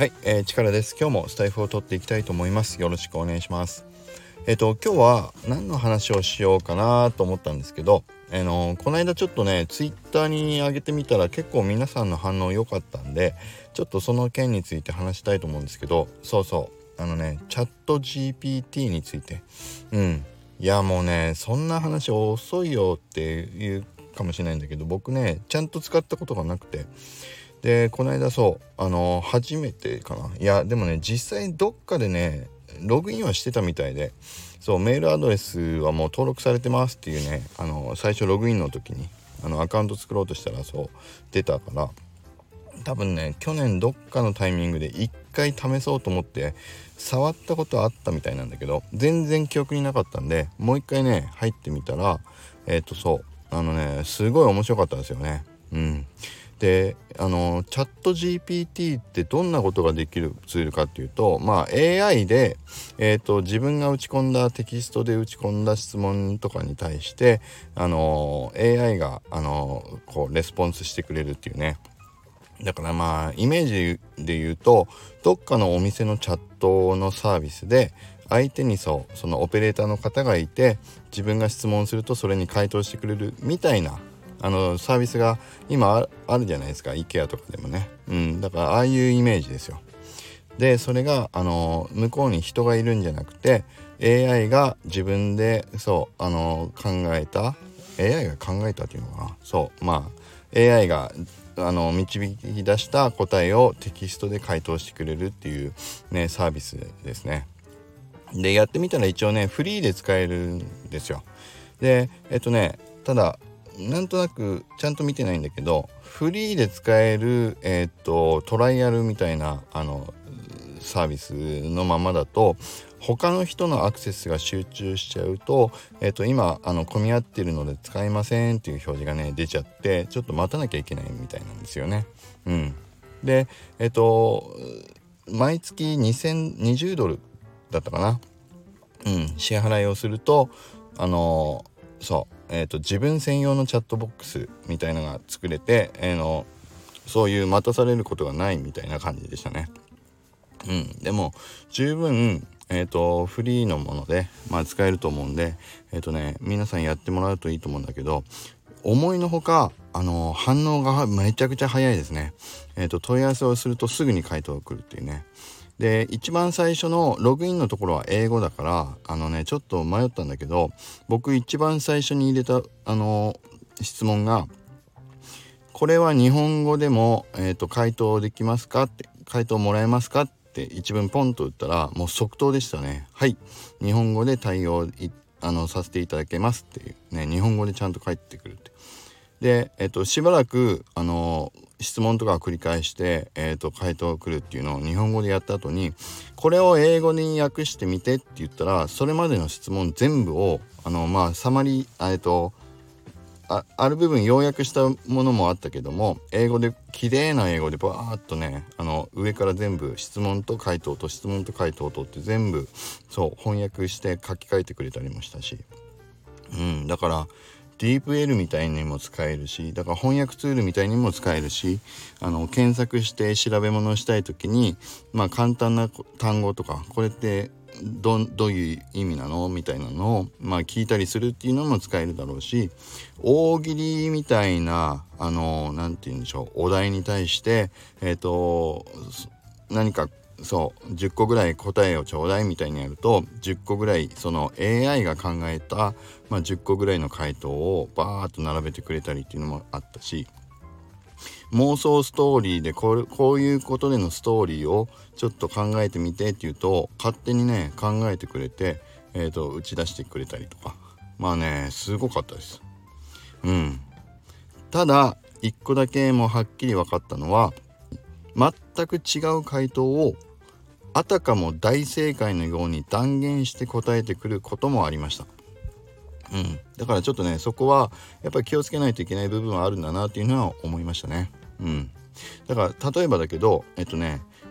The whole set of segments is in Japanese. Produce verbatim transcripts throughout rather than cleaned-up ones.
はい、えー、力です。今日もスタイフを取っていきたいと思います。よろしくお願いします。えっ、ー、と今日は何の話をしようかなと思ったんですけど、あのー、この間ちょっとねツイッターに上げてみたら結構皆さんの反応良かったんで、ちょっとその件について話したいと思うんですけど、そうそうあのねチャット ジーピーティー について、うんいやもうねそんな話遅いよって言うかもしれないんだけど、僕ねちゃんと使ったことがなくて、でこの間そうあの初めてかな。いやでもね実際どっかでねログインはしてたみたいで、そうメールアドレスはもう登録されてますっていうね、あの最初ログインの時にあのアカウント作ろうとしたらそう出たから、多分ね去年どっかのタイミングで一回試そうと思って触ったことあったみたいなんだけど、全然記憶になかったんでもう一回ね入ってみたら、えっとそうあのねすごい面白かったんですよね。うんであのチャット ジーピーティー ってどんなことができるツールかっていうと、まあ エーアイ で、えーと、自分が打ち込んだテキストで打ち込んだ質問とかに対してあの エーアイ があのこうレスポンスしてくれるっていうね。だからまあイメージで言うと、どっかのお店のチャットのサービスで相手にそうそのオペレーターの方がいて、自分が質問するとそれに回答してくれるみたいなあのサービスが今あるじゃないですか、 IKEA とかでもね。うんだからああいうイメージですよ。でそれがあの向こうに人がいるんじゃなくて エーアイ が自分でそうあの考えた エーアイ が考えたっていうのかな。そうまあ エーアイ があの導き出した答えをテキストで回答してくれるっていうねサービスですね。でやってみたら一応ねフリーで使えるんですよ。でえっとねただなんとなくちゃんと見てないんだけど、フリーで使える、えー、っとトライアルみたいなあのサービスのままだと他の人のアクセスが集中しちゃうと、えー、っと今あの混み合ってるので使えませんっていう表示がね出ちゃって、ちょっと待たなきゃいけないみたいなんですよね。うんでえー、っと毎月にせんにじゅうドルだったかな、うん支払いをするとあのそうえーと、自分専用のチャットボックスみたいなのが作れて、えー、のそういう待たされることがないみたいな感じでしたね。うん、でも十分、えーと、フリーのもので、まあ、使えると思うんで、えーとね、皆さんやってもらうといいと思うんだけど、思いのほかあの反応がめちゃくちゃ早いですね。えーと、問い合わせをするとすぐに回答が来るっていうね。で一番最初のログインのところは英語だからあのねちょっと迷ったんだけど、僕一番最初に入れたあの質問が、これは日本語でも、えーと、回答できますかって、回答もらえますかって一文ポンと打ったらもう即答でしたね。はい日本語で対応あのさせていただけますっていうね、日本語でちゃんと返ってくるって。で、えっと、しばらくあの質問とかを繰り返して、えっと、回答が来るっていうのを日本語でやった後に、これを英語に訳してみてって言ったら、それまでの質問全部をあのまあサマリーえっと あ, ある部分要約したものもあったけども、英語で綺麗な英語でバーッとねあの上から全部質問と回答と質問と回答とって全部そう翻訳して書き換えてくれたりもしたし、うんだからディープエルみたいにも使えるし、だから翻訳ツールみたいにも使えるし、あの検索して調べ物をしたいときに、まあ簡単な単語とかこれってど, どういう意味なのみたいなのを、まあ、聞いたりするっていうのも使えるだろうし、大喜利みたいなあのなんて言うんでしょう、お題に対してえっ、ー、と何かそうじゅっこぐらい答えをちょうだいみたいにやると、じゅっこぐらいその エーアイ が考えた、まあ、じゅっこぐらいの回答をバーッと並べてくれたりっていうのもあったし、妄想ストーリーでこう、こういうことでのストーリーをちょっと考えてみてっていうと勝手にね考えてくれて、えーと、打ち出してくれたりとか、まあねすごかったです。うんただ一個だけもうはっきり分かったのは、全く違う回答をあたかも大正解のように断言して答えてくることもありました。うん、だからちょっとねそこはやっぱり気をつけないといけない部分はあるんだなっていうのは思いましたね。うん、だから例えばだけどえっとね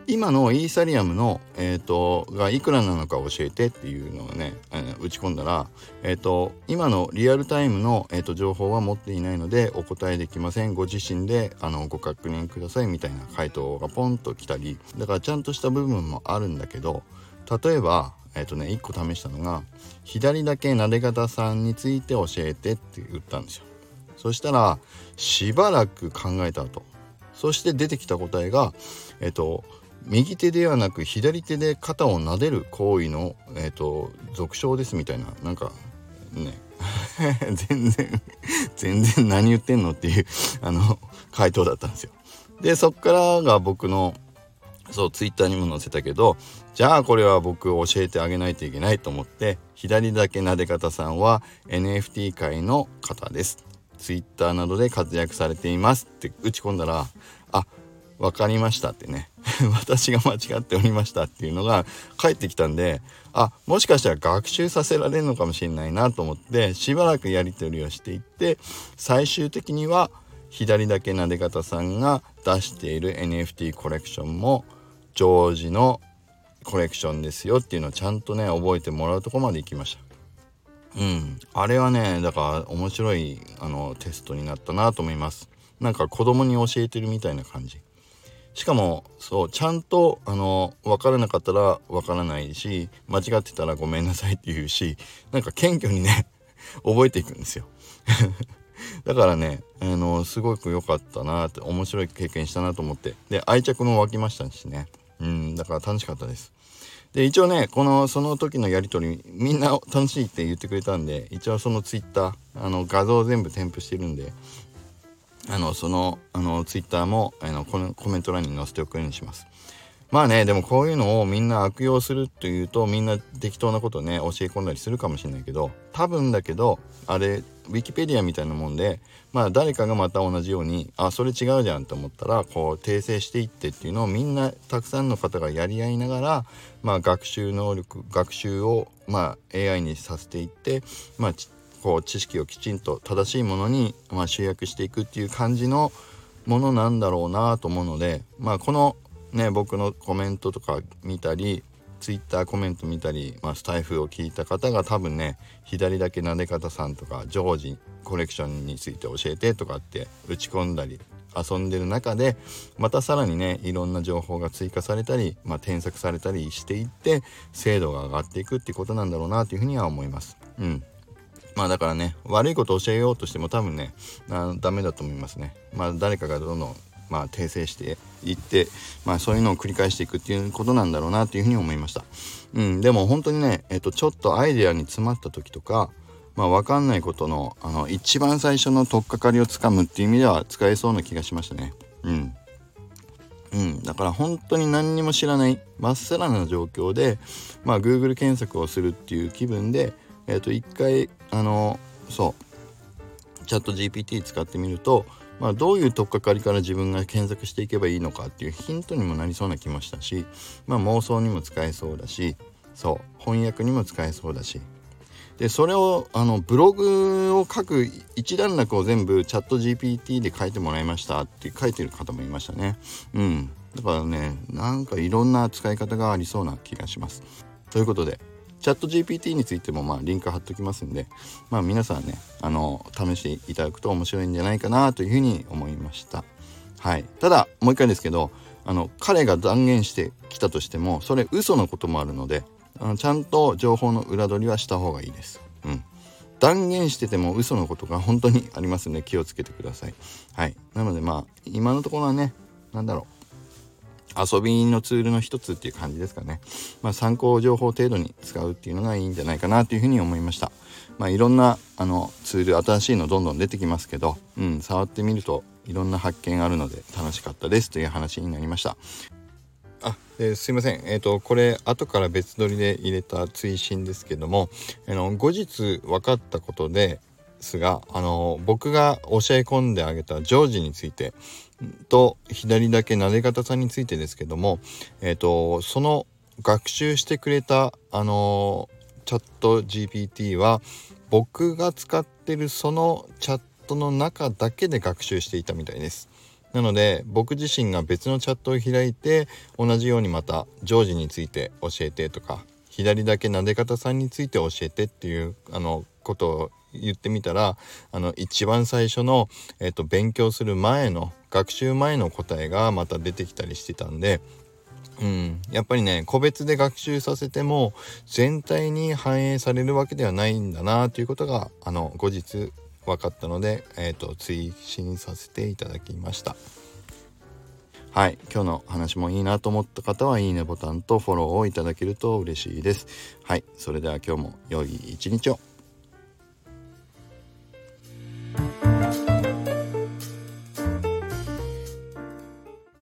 今のイーサリアムの、えーと、がいくらなのか教えてっていうのをね、えー、打ち込んだら、えーと、今のリアルタイムの、えーと、情報は持っていないのでお答えできません。ご自身であのご確認くださいみたいな回答がポンと来たり、だからちゃんとした部分もあるんだけど、例えば、えーとね、いっこ試したのが左だけなで方さんについて教えてって言ったんですよ。そしたらしばらく考えた後、そして出てきた答えが、えっと右手ではなく左手で肩を撫でる行為の、えーと、俗称ですみたいな、なんかね全然全然何言ってんのっていうあの回答だったんですよ。でそっからが僕のそうツイッターにも載せたけど、じゃあこれは僕教えてあげないといけないと思って、左だけ撫で方さんは エヌエフティー 界の方です、ツイッターなどで活躍されていますって打ち込んだら、あ、わかりましたってね私が間違っておりましたっていうのが返ってきたんで、あ、もしかしたら学習させられるのかもしれないなと思ってしばらくやり取りをしていって、最終的には左だけなで方さんが出している エヌエフティー コレクションもジョージのコレクションですよっていうのをちゃんとね覚えてもらうところまで行きました。うん、あれはねだから面白いあのテストになったなと思います。なんか子供に教えてるみたいな感じ。しかもそうちゃんとあの分からなかったら分からないし、間違ってたらごめんなさいって言うし、なんか謙虚にね覚えていくんですよだからねあのすごく良かったなって、面白い経験したなと思って、で愛着も湧きましたしね、うんだから楽しかったです。で一応ねこのその時のやり取りみんな楽しいって言ってくれたんで、一応そのツイッターあの画像全部添付してるんで、あのそのあのツイッターもあのこのコメント欄に載せておくようにします。まあね、でもこういうのをみんな悪用するというと、みんな適当なことね教え込んだりするかもしれないけど、多分だけどあれウィキペディアみたいなもんで、まあ誰かがまた同じようにあそれ違うじゃんと思ったらこう訂正していってっていうのをみんなたくさんの方がやり合いながら、まあ学習能力学習をまあ エーアイ にさせていって、まあこう知識をきちんと正しいものにまあ集約していくっていう感じのものなんだろうなと思うので、まあこのね僕のコメントとか見たりツイッターコメント見たり、まあ、スタイフを聞いた方が多分ね左だけなで方さんとかジョージコレクションについて教えてとかって打ち込んだり遊んでる中で、またさらにねいろんな情報が追加されたり、まあ、添削されたりしていって精度が上がっていくっていうことなんだろうなというふうには思います。うんまあだからね悪いことを教えようとしても多分ねあダメだと思いますね。まあ誰かがどんどんまあ訂正していって、まあそういうのを繰り返していくっていうことなんだろうなというふうに思いました。うん、でも本当にね、えっとちょっとアイデアに詰まった時とか、まあ分かんないことのあの一番最初の取っかかりをつかむっていう意味では使えそうな気がしましたね。うん。うん、だから本当に何にも知らないまっさらな状況で、まあ Google 検索をするっていう気分で、えっと一回あのそうチャット ジーピーティー 使ってみると、まあ、どういう取っかかりから自分が検索していけばいいのかっていうヒントにもなりそうな気もしたし、まあ、妄想にも使えそうだし、そう翻訳にも使えそうだし、でそれをあのブログを書く一段落を全部チャット ジーピーティー で書いてもらいましたって書いてる方もいましたね。うんだからねなんかいろんな使い方がありそうな気がします。ということでチャット ジーピーティー についてもまあリンク貼っときますんで、まあ皆さんねあの試していただくと面白いんじゃないかなというふうに思いました。はい。ただもう一回ですけど、あの彼が断言してきたとしてもそれ嘘のこともあるので、あのちゃんと情報の裏取りはした方がいいです。うん。断言してても嘘のことが本当にありますので気をつけてください。はい。なのでまあ今のところはね、なんだろう。遊びのツールの一つっていう感じですかね。まあ参考情報程度に使うっていうのがいいんじゃないかなというふうに思いました。まあいろんなあのツール新しいのどんどん出てきますけど、うん、触ってみるといろんな発見あるので楽しかったですという話になりました。あ、えー、すいません。えっとこれ後から別撮りで入れた追伸ですけども、あの後日分かったことですが、あの僕が教え込んであげたジョージについてと左だけなで方さんについてですけども、えっとその学習してくれたあのチャット ジーピーティー は僕が使ってるそのチャットの中だけで学習していたみたいです。 なので僕自身が別のチャットを開いて同じようにまたジョージについて教えてとか、左だけ撫で方さんについて教えてっていうあのことを言ってみたら、あの一番最初の、えっと、勉強する前の学習前の答えがまた出てきたりしてたんで、うん、やっぱりね個別で学習させても全体に反映されるわけではないんだなということがあの後日分かったので、えーと、追伸させていただきました。はい、今日の話もいいなと思った方はいいねボタンとフォローをいただけると嬉しいです。はい、それでは今日も良い一日を。